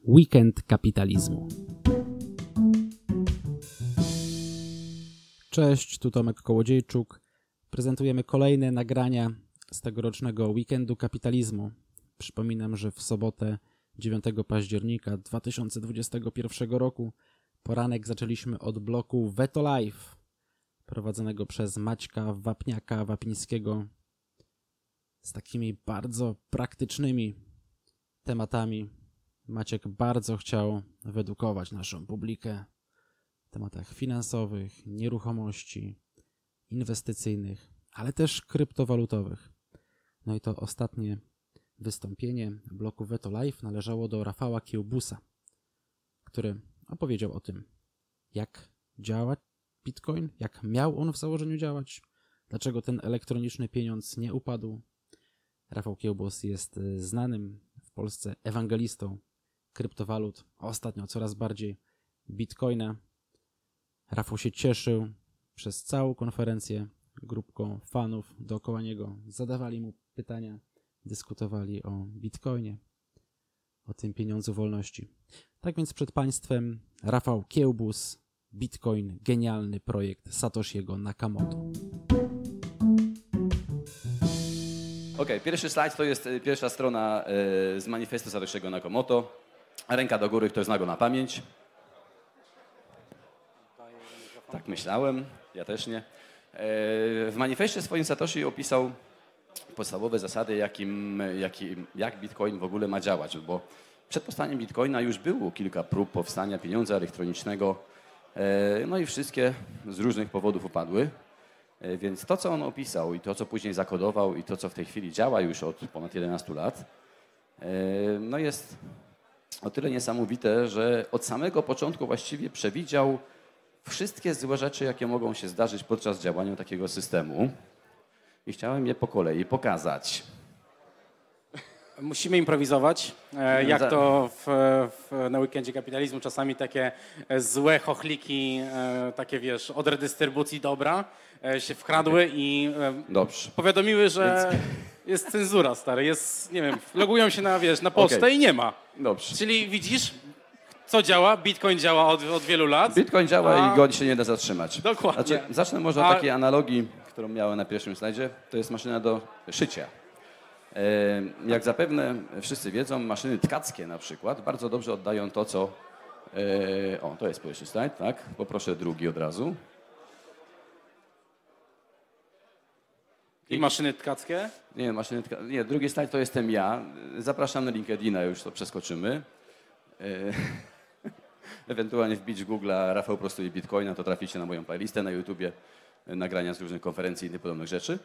Weekend kapitalizmu. Cześć, tu Tomek Kołodziejczuk. Prezentujemy kolejne nagrania z tegorocznego Weekendu kapitalizmu. Przypominam, że w sobotę 9 października 2021 roku poranek zaczęliśmy od bloku Veto Live, prowadzonego przez Maćka Wapniaka-Wapińskiego, z takimi bardzo praktycznymi tematami. Maciek bardzo chciał wyedukować naszą publikę w tematach finansowych, nieruchomości, inwestycyjnych, ale też kryptowalutowych. No i to ostatnie wystąpienie bloku Veto Live należało do Rafała Kiełbusa, który opowiedział o tym, jak działa Bitcoin, jak miał on w założeniu działać, dlaczego ten elektroniczny pieniądz nie upadł. Rafał Kiełbus jest znanym w Polsce ewangelistą kryptowalut, a ostatnio coraz bardziej Bitcoina. Rafał się cieszył przez całą konferencję grupką fanów dookoła niego. Zadawali mu pytania, dyskutowali o Bitcoinie, o tym pieniądzu wolności. Tak więc przed Państwem Rafał Kiełbus, Bitcoin, genialny projekt Satoshiego Nakamoto. Okej, pierwszy slajd to jest pierwsza strona z manifestu Satoshiego Nakamoto. Ręka do góry, kto zna go na pamięć. Tak myślałem, ja też nie. W manifestie swoim Satoshi opisał podstawowe zasady, jak Bitcoin w ogóle ma działać, bo przed powstaniem Bitcoina już było kilka prób powstania pieniądza elektronicznego, no i wszystkie z różnych powodów upadły. Więc to, co on opisał i to, co później zakodował i to, co w tej chwili działa już od ponad 11 lat, no jest o tyle niesamowite, że od samego początku właściwie przewidział wszystkie złe rzeczy, jakie mogą się zdarzyć podczas działania takiego systemu. I chciałem je po kolei pokazać. Musimy improwizować, jak to na weekendzie kapitalizmu czasami takie złe chochliki, takie wiesz, od redystrybucji dobra się wkradły i Dobrze. powiadomiły, że jest cenzura, stary, jest, nie wiem, logują się na pocztę i nie ma. Dobrze. Czyli widzisz, co działa? Bitcoin działa od wielu lat. Bitcoin działa i go się nie da zatrzymać. Dokładnie. Znaczy, zacznę może od takiej analogii, którą miałem na pierwszym slajdzie. To jest maszyna do szycia. Jak zapewne wszyscy wiedzą, maszyny tkackie na przykład bardzo dobrze oddają to, co... O, to jest pierwszy slajd, tak? Poproszę drugi od razu. I maszyny tkackie? Nie, drugi slajd to jestem ja. Zapraszam na LinkedIna, już to przeskoczymy. Ewentualnie wbić w Google'a Rafał prostuje Bitcoina, to traficie na moją playlistę na YouTubie, nagrania z różnych konferencji i innych podobnych rzeczy.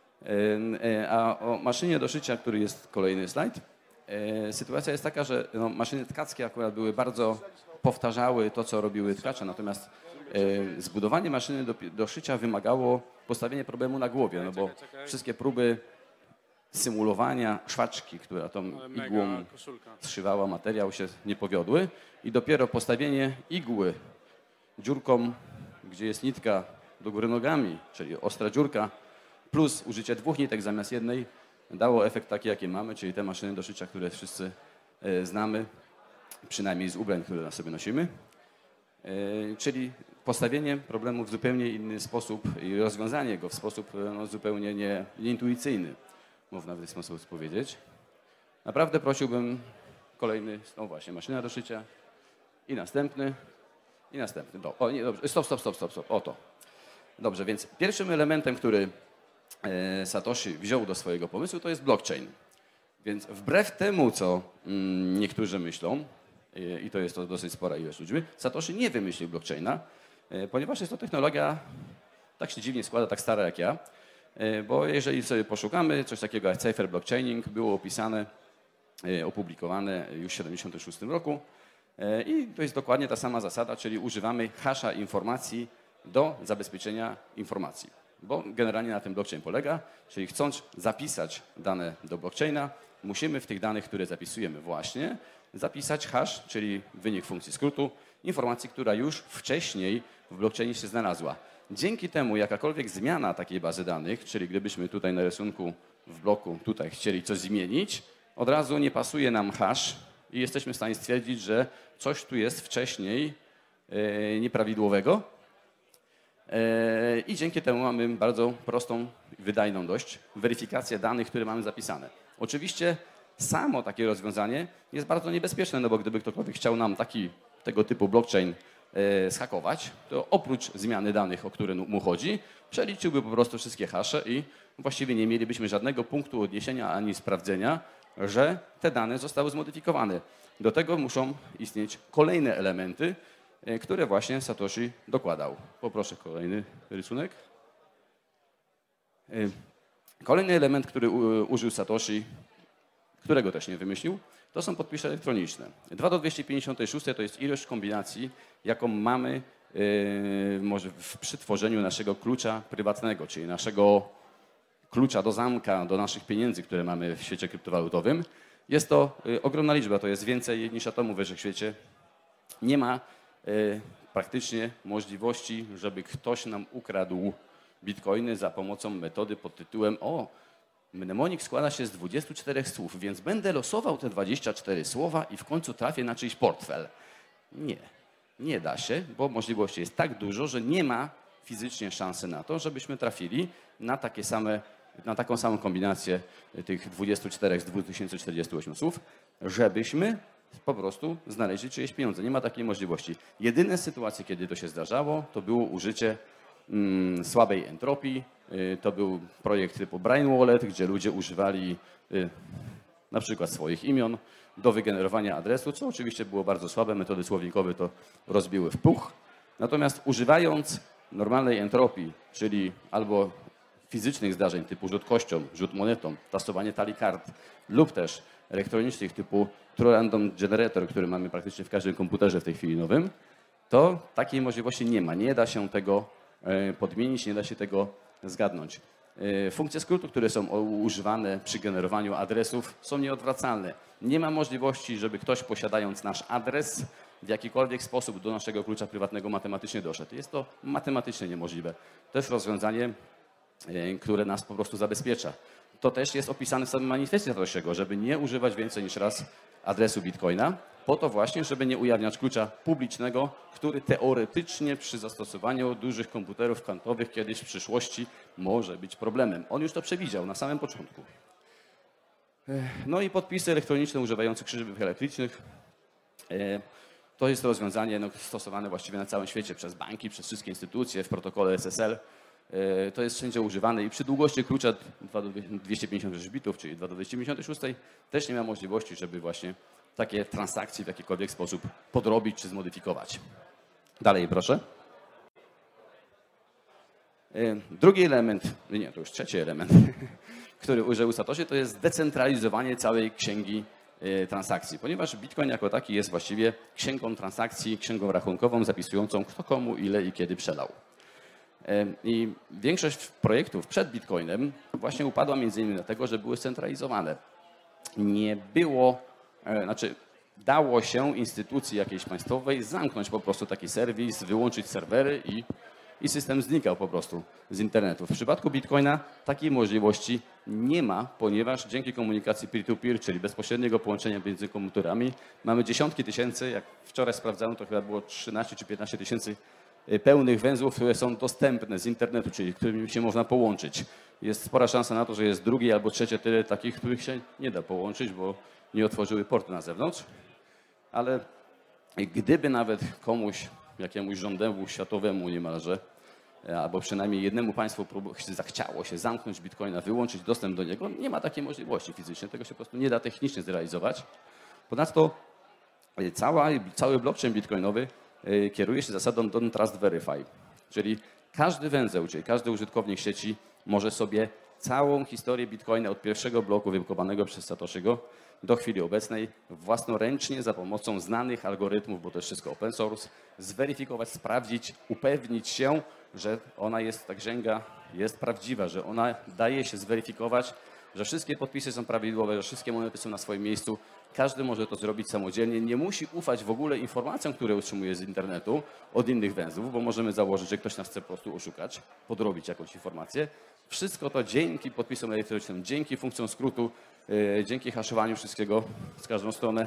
A o maszynie do szycia, który jest kolejny slajd, sytuacja jest taka, że maszyny tkackie akurat powtarzały to, co robiły tkacze, natomiast zbudowanie maszyny do szycia wymagało postawienia problemu na głowie, no bo wszystkie próby symulowania szwaczki, która tą igłą zszywała materiał, się nie powiodły i dopiero postawienie igły dziurką, gdzie jest nitka do góry nogami, czyli ostra dziurka, plus użycie 2 nitek zamiast jednej, dało efekt taki, jaki mamy, czyli te maszyny do szycia, które wszyscy znamy, przynajmniej z ubrań, które na sobie nosimy. Czyli postawienie problemu w zupełnie inny sposób i rozwiązanie go w sposób zupełnie nieintuicyjny, można w ten sposób powiedzieć. Naprawdę prosiłbym kolejny, no właśnie, maszyna do szycia i następny. O nie, dobrze, stop, oto. Dobrze, więc pierwszym elementem, który Satoshi wziął do swojego pomysłu, to jest blockchain. Więc wbrew temu, co niektórzy myślą, i to jest to dosyć spora ilość ludzi, Satoshi nie wymyślił blockchaina, ponieważ jest to technologia, tak się dziwnie składa, tak stara jak ja, bo jeżeli sobie poszukamy, coś takiego jak cypher blockchaining było opisane, opublikowane już w 1976 roku i to jest dokładnie ta sama zasada, czyli używamy hasza informacji do zabezpieczenia informacji. Bo generalnie na tym blockchain polega, czyli chcąc zapisać dane do blockchaina, musimy w tych danych, które zapisujemy właśnie, zapisać hash, czyli wynik funkcji skrótu, informacji, która już wcześniej w blockchainie się znalazła. Dzięki temu jakakolwiek zmiana takiej bazy danych, czyli gdybyśmy tutaj na rysunku w bloku tutaj chcieli coś zmienić, od razu nie pasuje nam hash i jesteśmy w stanie stwierdzić, że coś tu jest wcześniej nieprawidłowego. I dzięki temu mamy bardzo prostą i wydajną dość weryfikację danych, które mamy zapisane. Oczywiście samo takie rozwiązanie jest bardzo niebezpieczne, no bo gdyby ktokolwiek chciał nam tego typu blockchain zhakować, to oprócz zmiany danych, o które mu chodzi, przeliczyłby po prostu wszystkie hasze i właściwie nie mielibyśmy żadnego punktu odniesienia ani sprawdzenia, że te dane zostały zmodyfikowane. Do tego muszą istnieć kolejne elementy, które właśnie Satoshi dokładał. Poproszę kolejny rysunek. Kolejny element, który użył Satoshi, którego też nie wymyślił, to są podpisy elektroniczne. 2 do 256 to jest ilość kombinacji, jaką mamy przy tworzeniu naszego klucza prywatnego, czyli naszego klucza do zamka, do naszych pieniędzy, które mamy w świecie kryptowalutowym. Jest to ogromna liczba, to jest więcej niż atomów we wszechświecie. Nie ma praktycznie możliwości, żeby ktoś nam ukradł bitcoiny za pomocą metody pod tytułem mnemonik składa się z 24 słów, więc będę losował te 24 słowa i w końcu trafię na czyjś portfel. Nie da się, bo możliwości jest tak dużo, że nie ma fizycznie szansy na to, żebyśmy trafili na taką samą kombinację tych 24 z 2048 słów, żebyśmy po prostu znaleźli czyjeś pieniądze. Nie ma takiej możliwości. Jedyne sytuacje, kiedy to się zdarzało, to było użycie słabej entropii. To był projekt typu Brain Wallet, gdzie ludzie używali na przykład swoich imion do wygenerowania adresu, co oczywiście było bardzo słabe. Metody słownikowe to rozbiły w puch. Natomiast używając normalnej entropii, czyli albo fizycznych zdarzeń typu rzut kością, rzut monetą, tasowanie talii kart lub też elektronicznych typu True Random Generator, który mamy praktycznie w każdym komputerze w tej chwili nowym, to takiej możliwości nie ma. Nie da się tego podmienić, nie da się tego zgadnąć. Funkcje skrótu, które są używane przy generowaniu adresów, są nieodwracalne. Nie ma możliwości, żeby ktoś posiadając nasz adres w jakikolwiek sposób do naszego klucza prywatnego matematycznie doszedł. Jest to matematycznie niemożliwe. To jest rozwiązanie, które nas po prostu zabezpiecza. To też jest opisane w samym manifestie Satoshiego, żeby nie używać więcej niż raz adresu Bitcoina, po to właśnie, żeby nie ujawniać klucza publicznego, który teoretycznie przy zastosowaniu dużych komputerów kwantowych kiedyś w przyszłości może być problemem. On już to przewidział na samym początku. No i podpisy elektroniczne używające krzyżów elektrycznych. To jest rozwiązanie stosowane właściwie na całym świecie przez banki, przez wszystkie instytucje w protokole SSL. To jest wszędzie używane i przy długości klucza 2 do 256 bitów, czyli 2 do 256, też nie ma możliwości, żeby właśnie takie transakcje w jakikolwiek sposób podrobić czy zmodyfikować. Dalej proszę. Drugi element, nie, to już trzeci element, który użył Satoshi, to jest zdecentralizowanie całej księgi transakcji, ponieważ Bitcoin jako taki jest właściwie księgą transakcji, księgą rachunkową zapisującą kto komu, ile i kiedy przelał. I większość projektów przed Bitcoinem właśnie upadła między innymi dlatego, że były scentralizowane. Nie było, dało się instytucji jakiejś państwowej zamknąć po prostu taki serwis, wyłączyć serwery i system znikał po prostu z internetu. W przypadku Bitcoina takiej możliwości nie ma, ponieważ dzięki komunikacji peer-to-peer, czyli bezpośredniego połączenia między komputerami, mamy dziesiątki tysięcy, jak wczoraj sprawdzałem, to chyba było 13 czy 15 tysięcy pełnych węzłów, które są dostępne z internetu, czyli którymi się można połączyć. Jest spora szansa na to, że jest drugie albo trzecie tyle takich, których się nie da połączyć, bo nie otworzyły portu na zewnątrz. Ale gdyby nawet komuś, jakiemuś rządowi światowemu niemalże, albo przynajmniej jednemu państwu zachciało się zamknąć Bitcoina, wyłączyć dostęp do niego, nie ma takiej możliwości fizycznie. Tego się po prostu nie da technicznie zrealizować. Ponadto cały blockchain bitcoinowy kieruje się zasadą Don't Trust Verify, czyli każdy węzeł, czyli każdy użytkownik sieci może sobie całą historię Bitcoina od pierwszego bloku wykopanego przez Satoshiego do chwili obecnej własnoręcznie za pomocą znanych algorytmów, bo to jest wszystko open source, zweryfikować, sprawdzić, upewnić się, że ta księga jest prawdziwa, że ona daje się zweryfikować, że wszystkie podpisy są prawidłowe, że wszystkie monety są na swoim miejscu. Każdy może to zrobić samodzielnie, nie musi ufać w ogóle informacjom, które otrzymuje z internetu od innych węzłów, bo możemy założyć, że ktoś nas chce po prostu oszukać, podrobić jakąś informację. Wszystko to dzięki podpisom elektronicznym, dzięki funkcjom skrótu, dzięki haszowaniu wszystkiego z każdą stronę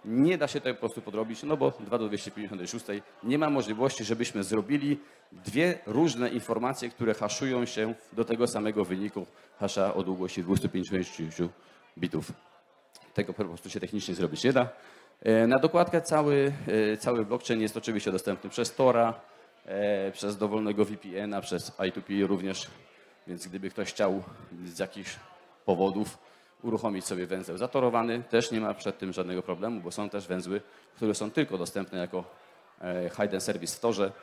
Nie da się tego po prostu podrobić, no bo 2 do 256 nie ma możliwości, żebyśmy zrobili dwie różne informacje, które haszują się do tego samego wyniku hasza o długości 256 bitów. Tego po prostu się technicznie zrobić nie da. Na dokładkę cały blockchain jest oczywiście dostępny przez Tora, przez dowolnego VPN-a, przez I2P również, więc gdyby ktoś chciał z jakichś powodów uruchomić sobie węzeł zatorowany, też nie ma przed tym żadnego problemu, bo są też węzły, które są tylko dostępne jako hidden service w Torze,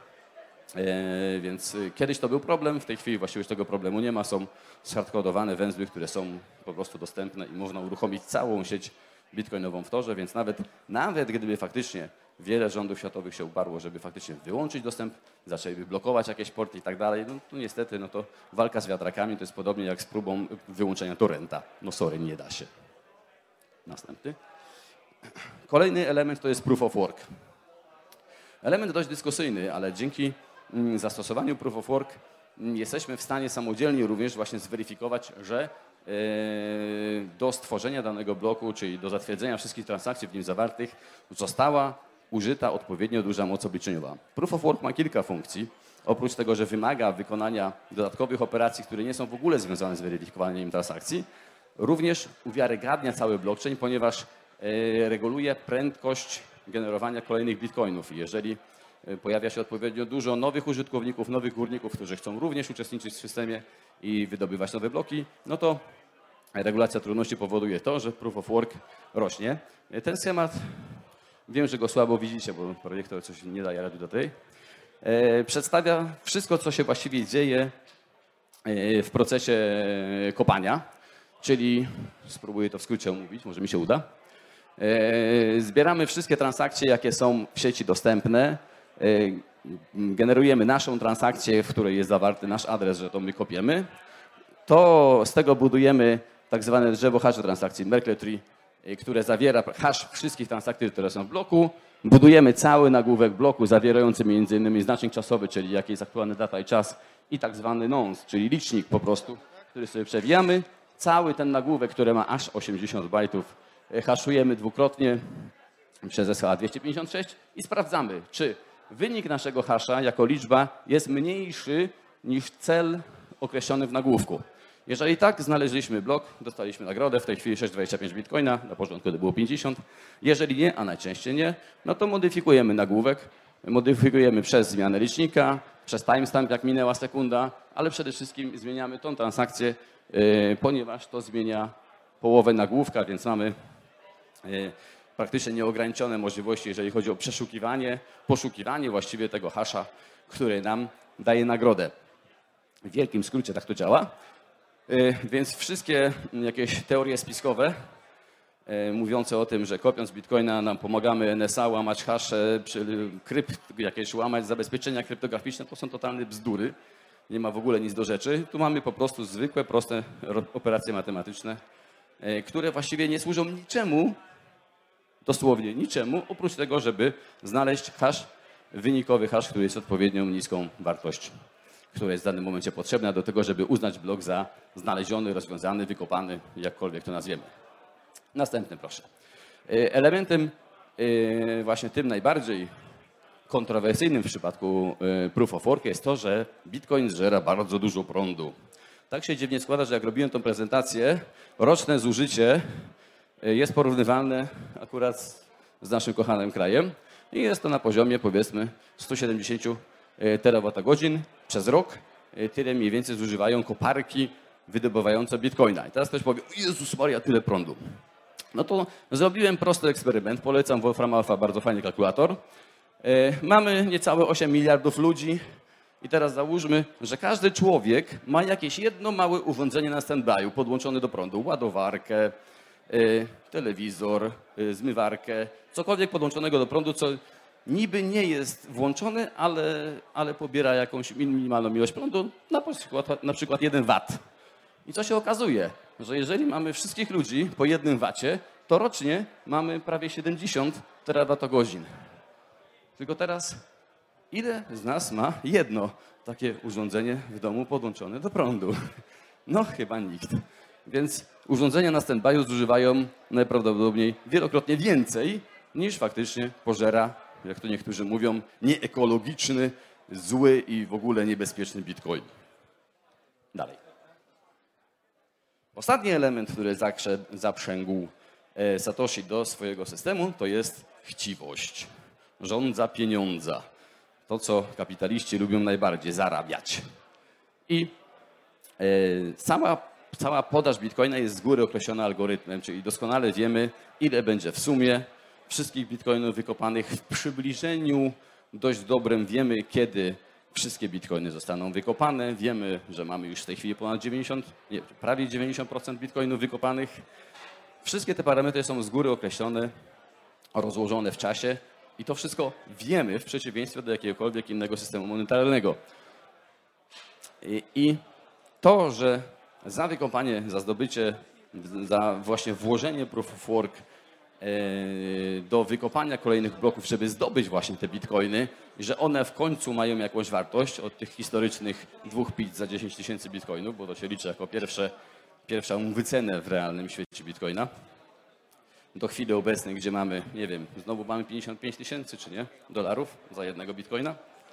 więc kiedyś to był problem, w tej chwili właściwie już tego problemu nie ma, są zhardkodowane węzły, które są po prostu dostępne i można uruchomić całą sieć bitcoinową w Torze, więc nawet gdyby faktycznie wiele rządów światowych się uparło, żeby faktycznie wyłączyć dostęp, zaczęliby blokować jakieś porty i tak dalej, no to niestety to walka z wiatrakami to jest podobnie jak z próbą wyłączenia torrenta. No sorry, nie da się. Następny. Kolejny element to jest proof of work. Element dość dyskusyjny, ale dzięki zastosowaniu proof of work jesteśmy w stanie samodzielnie również właśnie zweryfikować, że do stworzenia danego bloku, czyli do zatwierdzenia wszystkich transakcji w nim zawartych, została użyta odpowiednio duża moc obliczeniowa. Proof of work ma kilka funkcji. Oprócz tego, że wymaga wykonania dodatkowych operacji, które nie są w ogóle związane z weryfikowaniem transakcji, również uwiarygadnia cały blockchain, ponieważ reguluje prędkość generowania kolejnych bitcoinów. Jeżeli pojawia się odpowiednio dużo nowych użytkowników, nowych górników, którzy chcą również uczestniczyć w systemie i wydobywać nowe bloki, no to regulacja trudności powoduje to, że proof of work rośnie. Ten schemat, wiem, że go słabo widzicie, bo projektor coś nie daje rady do tej, przedstawia wszystko, co się właściwie dzieje w procesie kopania, czyli, spróbuję to w skrócie omówić, może mi się uda. Zbieramy wszystkie transakcje, jakie są w sieci dostępne, generujemy naszą transakcję, w której jest zawarty nasz adres, że to my kopiemy. Z tego budujemy tak zwane drzewo haszu transakcji, Merkle Tree, które zawiera hash wszystkich transakcji, które są w bloku. Budujemy cały nagłówek bloku zawierający m.in. znacznik czasowy, czyli jaki jest aktualny data i czas, i tak zwany nonce, czyli licznik po prostu, który sobie przewijamy. Cały ten nagłówek, który ma aż 80 bajtów, haszujemy dwukrotnie przez SHA-256 i sprawdzamy, czy wynik naszego hasza jako liczba jest mniejszy niż cel określony w nagłówku. Jeżeli tak, znaleźliśmy blok, dostaliśmy nagrodę, w tej chwili 6,25 bitcoina, na początku to było 50. Jeżeli nie, a najczęściej nie, no to modyfikujemy nagłówek, modyfikujemy przez zmianę licznika, przez timestamp, jak minęła sekunda, ale przede wszystkim zmieniamy tą transakcję, ponieważ to zmienia połowę nagłówka, więc mamy praktycznie nieograniczone możliwości, jeżeli chodzi o poszukiwanie właściwie tego hasza, który nam daje nagrodę. W wielkim skrócie tak to działa. Więc wszystkie jakieś teorie spiskowe mówiące o tym, że kopiąc bitcoina nam pomagamy NSA łamać hasze, jakieś łamać zabezpieczenia kryptograficzne, to są totalne bzdury. Nie ma w ogóle nic do rzeczy. Tu mamy po prostu zwykłe, proste operacje matematyczne, które właściwie nie służą niczemu, dosłownie niczemu, oprócz tego, żeby znaleźć wynikowy hash, który jest odpowiednią niską wartość, która jest w danym momencie potrzebna do tego, żeby uznać blok za znaleziony, rozwiązany, wykopany, jakkolwiek to nazwiemy. Następny, proszę. Elementem właśnie tym najbardziej kontrowersyjnym w przypadku proof of work jest to, że Bitcoin zżera bardzo dużo prądu. Tak się dziwnie składa, że jak robiłem tę prezentację, roczne zużycie jest porównywalne akurat z naszym kochanym krajem i jest to na poziomie powiedzmy 170 terawatogodzin przez rok. Tyle mniej więcej zużywają koparki wydobywające bitcoina. I teraz ktoś powie, Jezus Maria, tyle prądu. No to zrobiłem prosty eksperyment, polecam Wolfram Alpha, bardzo fajny kalkulator. Mamy niecałe 8 miliardów ludzi i teraz załóżmy, że każdy człowiek ma jakieś jedno małe urządzenie na stand-by'u podłączone do prądu, ładowarkę, telewizor, zmywarkę, cokolwiek podłączonego do prądu, co niby nie jest włączone, ale pobiera jakąś minimalną ilość prądu, na przykład 1 W. I co się okazuje, że jeżeli mamy wszystkich ludzi po 1 wacie, to rocznie mamy prawie 70 terawatogodzin. Tylko teraz, ile z nas ma jedno takie urządzenie w domu podłączone do prądu? No chyba nikt. Więc urządzenia na stand-by'u zużywają najprawdopodobniej wielokrotnie więcej niż faktycznie pożera, jak to niektórzy mówią, nieekologiczny, zły i w ogóle niebezpieczny bitcoin. Dalej. Ostatni element, który zaprzęgł Satoshi do swojego systemu, to jest chciwość. Żądza pieniądza. To, co kapitaliści lubią najbardziej, zarabiać. I cała podaż bitcoina jest z góry określona algorytmem, czyli doskonale wiemy, ile będzie w sumie wszystkich bitcoinów wykopanych. W przybliżeniu dość dobrym wiemy, kiedy wszystkie bitcoiny zostaną wykopane. Wiemy, że mamy już w tej chwili ponad 90, nie, prawie 90% bitcoinów wykopanych. Wszystkie te parametry są z góry określone, rozłożone w czasie i to wszystko wiemy w przeciwieństwie do jakiegokolwiek innego systemu monetarnego. I to, że za wykopanie, za zdobycie, za właśnie włożenie proof of work do wykopania kolejnych bloków, żeby zdobyć właśnie te bitcoiny, że one w końcu mają jakąś wartość od tych historycznych 2 pizz za 10 tysięcy bitcoinów, bo to się liczy jako pierwszą wycenę w realnym świecie bitcoina. Do chwili obecnej, gdzie mamy, nie wiem, znowu mamy 55 tysięcy, czy nie, dolarów za jednego bitcoina.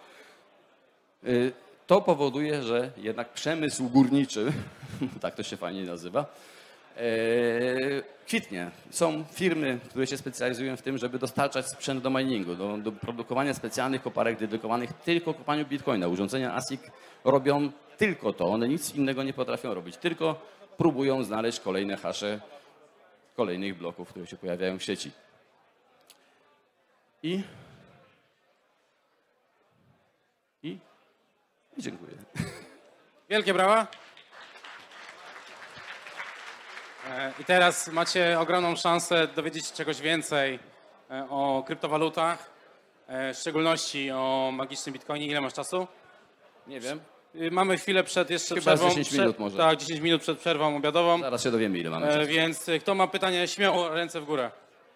To powoduje, że jednak przemysł górniczy, tak to się fajnie nazywa, kwitnie. Są firmy, które się specjalizują w tym, żeby dostarczać sprzęt do miningu, do produkowania specjalnych koparek dedykowanych tylko kopaniu bitcoina. Urządzenia ASIC robią tylko to, one nic innego nie potrafią robić, tylko próbują znaleźć kolejne hasze kolejnych bloków, które się pojawiają w sieci. I dziękuję. Wielkie brawa. I teraz macie ogromną szansę dowiedzieć się czegoś więcej o kryptowalutach, w szczególności o magicznym bitcoinie. Ile masz czasu? Nie wiem. Mamy chwilę przed jeszcze Chyba przerwą. 10 minut może. Tak, 10 minut przed przerwą obiadową. Zaraz się dowiemy, ile mamy czasu. Więc kto ma pytanie, śmiało ręce w górę.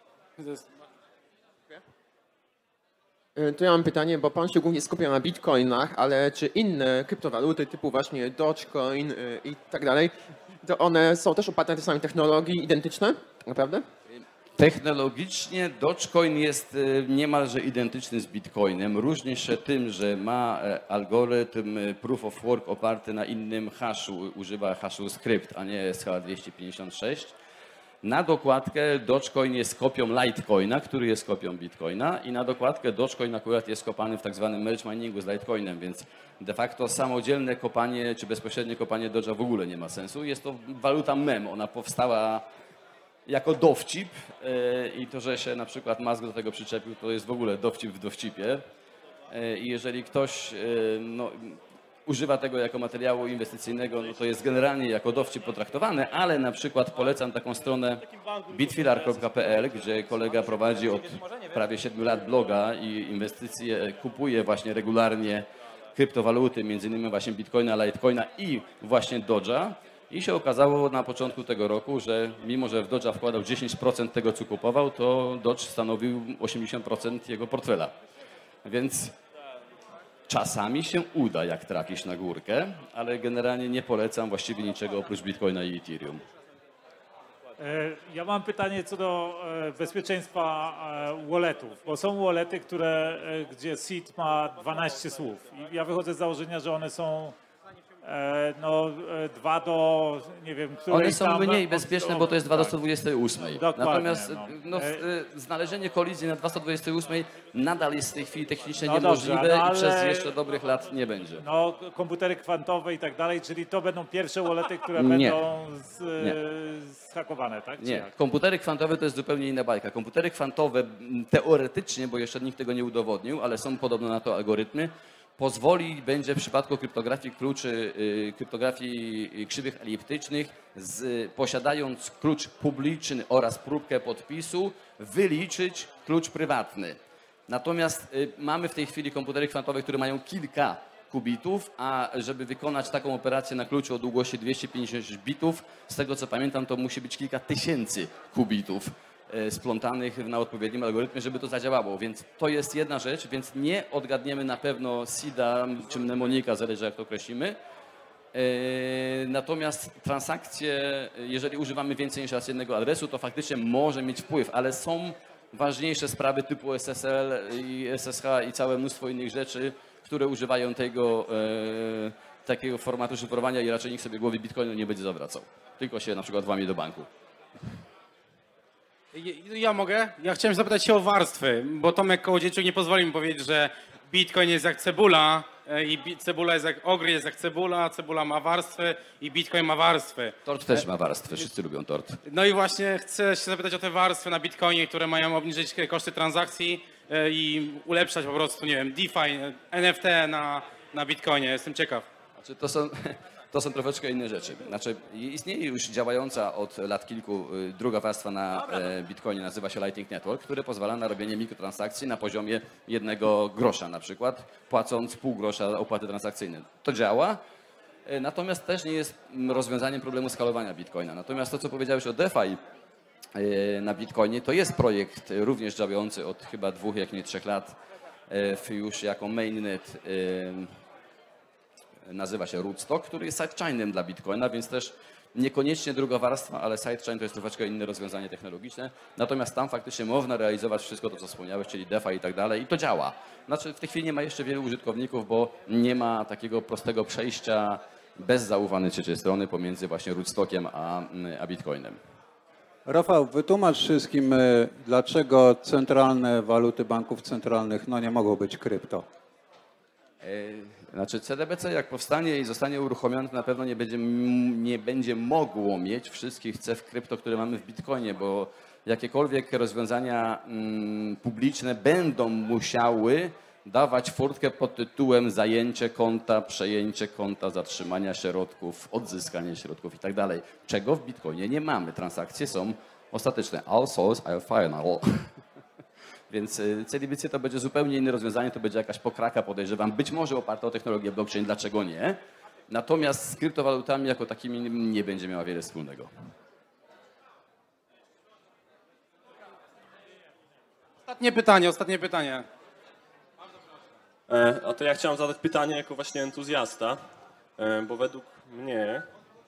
To ja mam pytanie, bo pan się głównie skupia na bitcoinach, ale czy inne kryptowaluty typu właśnie Dogecoin i tak dalej, to one są też oparte na tej samej technologii, identyczne? Naprawdę? Technologicznie Dogecoin jest niemalże identyczny z Bitcoinem. Różni się tym, że ma algorytm Proof of Work oparty na innym haszu, używa haszu skrypt, a nie SH256. Na dokładkę Dogecoin jest kopią Litecoina, który jest kopią Bitcoina i na dokładkę Dogecoin akurat jest kopany w tak zwanym merge miningu z Litecoinem, więc de facto samodzielne kopanie czy bezpośrednie kopanie Doge'a w ogóle nie ma sensu. Jest to waluta mem, ona powstała jako dowcip i to, że się na przykład Musk do tego przyczepił, to jest w ogóle dowcip w dowcipie. I jeżeli ktoś używa tego jako materiału inwestycyjnego, no to jest generalnie jako dowcip potraktowane, ale na przykład polecam taką stronę bitfilar.pl, gdzie kolega prowadzi od prawie 7 lat bloga i inwestycje, kupuje właśnie regularnie kryptowaluty, między innymi właśnie Bitcoina, Litecoina i właśnie Doge'a. I się okazało na początku tego roku, że mimo, że w Doge'a wkładał 10% tego, co kupował, to Doge stanowił 80% jego portfela. Więc czasami się uda, jak trafisz na górkę, ale generalnie nie polecam właściwie niczego oprócz Bitcoina i Ethereum. Ja mam pytanie co do bezpieczeństwa walletów, bo są wallety, gdzie seed ma 12 słów. I ja wychodzę z założenia, że one są 2 do, nie wiem, której One są tam mniej bezpieczne, bo to jest 2 do 128. Dokładnie, Natomiast no. znalezienie kolizji na 228 nadal jest w tej chwili technicznie No dobrze, niemożliwe no ale- i przez jeszcze dobrych lat nie będzie. No, komputery kwantowe i tak dalej, czyli to będą pierwsze wallety, które Nie. będą zhakowane, tak? Czy Nie, jak? komputery kwantowe to jest zupełnie inna bajka. Komputery kwantowe teoretycznie, bo jeszcze nikt tego nie udowodnił, ale są podobno na to algorytmy, pozwoli będzie w przypadku kryptografii kluczy, kryptografii krzywych eliptycznych, posiadając klucz publiczny oraz próbkę podpisu, wyliczyć klucz prywatny. Natomiast mamy w tej chwili komputery kwantowe, które mają kilka kubitów, a żeby wykonać taką operację na kluczu o długości 256 bitów, z tego co pamiętam, to musi być kilka tysięcy kubitów splątanych na odpowiednim algorytmie, żeby to zadziałało. Więc to jest jedna rzecz, więc nie odgadniemy na pewno SID-a czy mnemonika, zależy jak to określimy. Natomiast transakcje, jeżeli używamy więcej niż raz jednego adresu, to faktycznie może mieć wpływ, ale są ważniejsze sprawy typu SSL i SSH i całe mnóstwo innych rzeczy, które używają takiego formatu szyfrowania i raczej nikt sobie głowy Bitcoinu nie będzie zawracał. Tylko się na przykład włamie do banku. Ja mogę? Ja chciałem zapytać się o warstwy, bo Tomek Kołodziejczuk nie pozwolił mi powiedzieć, że Bitcoin jest jak cebula i cebula jest jak ogry, jest jak cebula ma warstwy i Bitcoin ma warstwy. Tort też ma warstwy, wszyscy lubią tort. No i właśnie chcę się zapytać o te warstwy na Bitcoinie, które mają obniżyć koszty transakcji i ulepszać po prostu, nie wiem, DeFi, NFT na Bitcoinie. Jestem ciekaw. Znaczy, to są troszeczkę inne rzeczy. Znaczy, istnieje już działająca od lat kilku druga warstwa na Bitcoinie, nazywa się Lightning Network, który pozwala na robienie mikrotransakcji na poziomie 1 grosza na przykład, płacąc pół grosza opłaty transakcyjne. To działa, natomiast też nie jest rozwiązaniem problemu skalowania Bitcoina. Natomiast to, co powiedziałeś o DeFi na Bitcoinie, to jest projekt również działający od chyba 2, jak nie 3 lat już jako mainnet. Nazywa się Rootstock, który jest sidechainem dla Bitcoina, więc też niekoniecznie druga warstwa, ale sidechain to jest troszeczkę inne rozwiązanie technologiczne. Natomiast tam faktycznie można realizować wszystko to, co wspomniałeś, czyli DeFi i tak dalej i to działa. Znaczy w tej chwili nie ma jeszcze wielu użytkowników, bo nie ma takiego prostego przejścia bez zaufania trzeciej strony pomiędzy właśnie Rootstockiem a Bitcoinem. Rafał, wytłumacz wszystkim, dlaczego centralne waluty banków centralnych nie mogą być krypto. Znaczy CDBC jak powstanie i zostanie uruchomione, to na pewno nie będzie mogło mieć wszystkich cech krypto, które mamy w Bitcoinie, bo jakiekolwiek rozwiązania publiczne będą musiały dawać furtkę pod tytułem zajęcie konta, przejęcie konta, zatrzymania środków, odzyskanie środków i tak dalej. Czego w Bitcoinie nie mamy. Transakcje są ostateczne. All souls are final. Więc CDBC to będzie zupełnie inne rozwiązanie, to będzie jakaś pokraka, podejrzewam, być może oparta o technologię blockchain, dlaczego nie? Natomiast z kryptowalutami jako takimi nie będzie miała wiele wspólnego. Ostatnie pytanie. A to ja chciałem zadać pytanie jako właśnie entuzjasta, bo według mnie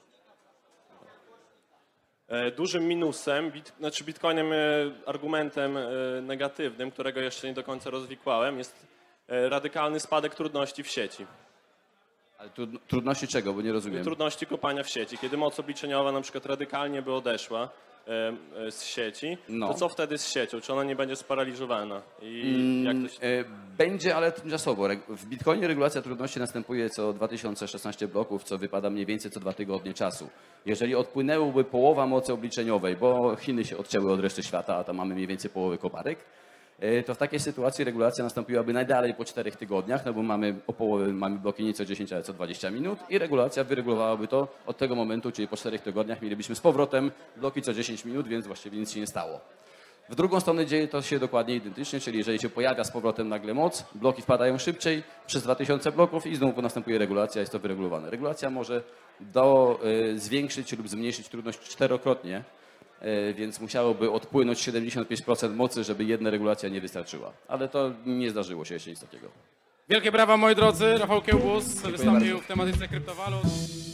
dużym minusem, znaczy Bitcoinem argumentem negatywnym, którego jeszcze nie do końca rozwikłałem, jest radykalny spadek trudności w sieci. Ale trudności czego, bo nie rozumiem. Trudności kopania w sieci. Kiedy moc obliczeniowa na przykład radykalnie by odeszła z sieci, to co wtedy z siecią? Czy ona nie będzie sparaliżowana? I jak to się... Będzie, ale tymczasowo. W Bitcoinie regulacja trudności następuje co 2016 bloków, co wypada mniej więcej co 2 tygodnie czasu. Jeżeli odpłynęłoby połowa mocy obliczeniowej, bo Chiny się odcięły od reszty świata, a tam mamy mniej więcej połowy koparek, to w takiej sytuacji regulacja nastąpiłaby najdalej po 4 tygodniach, no bo mamy bloki nie co 10, ale co 20 minut i regulacja wyregulowałaby to od tego momentu, czyli po 4 tygodniach mielibyśmy z powrotem bloki co 10 minut, więc właściwie nic się nie stało. W drugą stronę dzieje to się dokładnie identycznie, czyli jeżeli się pojawia z powrotem nagle moc, bloki wpadają szybciej przez 2000 bloków i znowu następuje regulacja, jest to wyregulowane. Regulacja może zwiększyć lub zmniejszyć trudność 4-krotnie, więc musiałoby odpłynąć 75% mocy, żeby jedna regulacja nie wystarczyła. Ale to nie zdarzyło się jeszcze nic takiego. Wielkie brawa moi drodzy, Rafał Kiełbus wystąpił bardzo. w tematyce kryptowalut.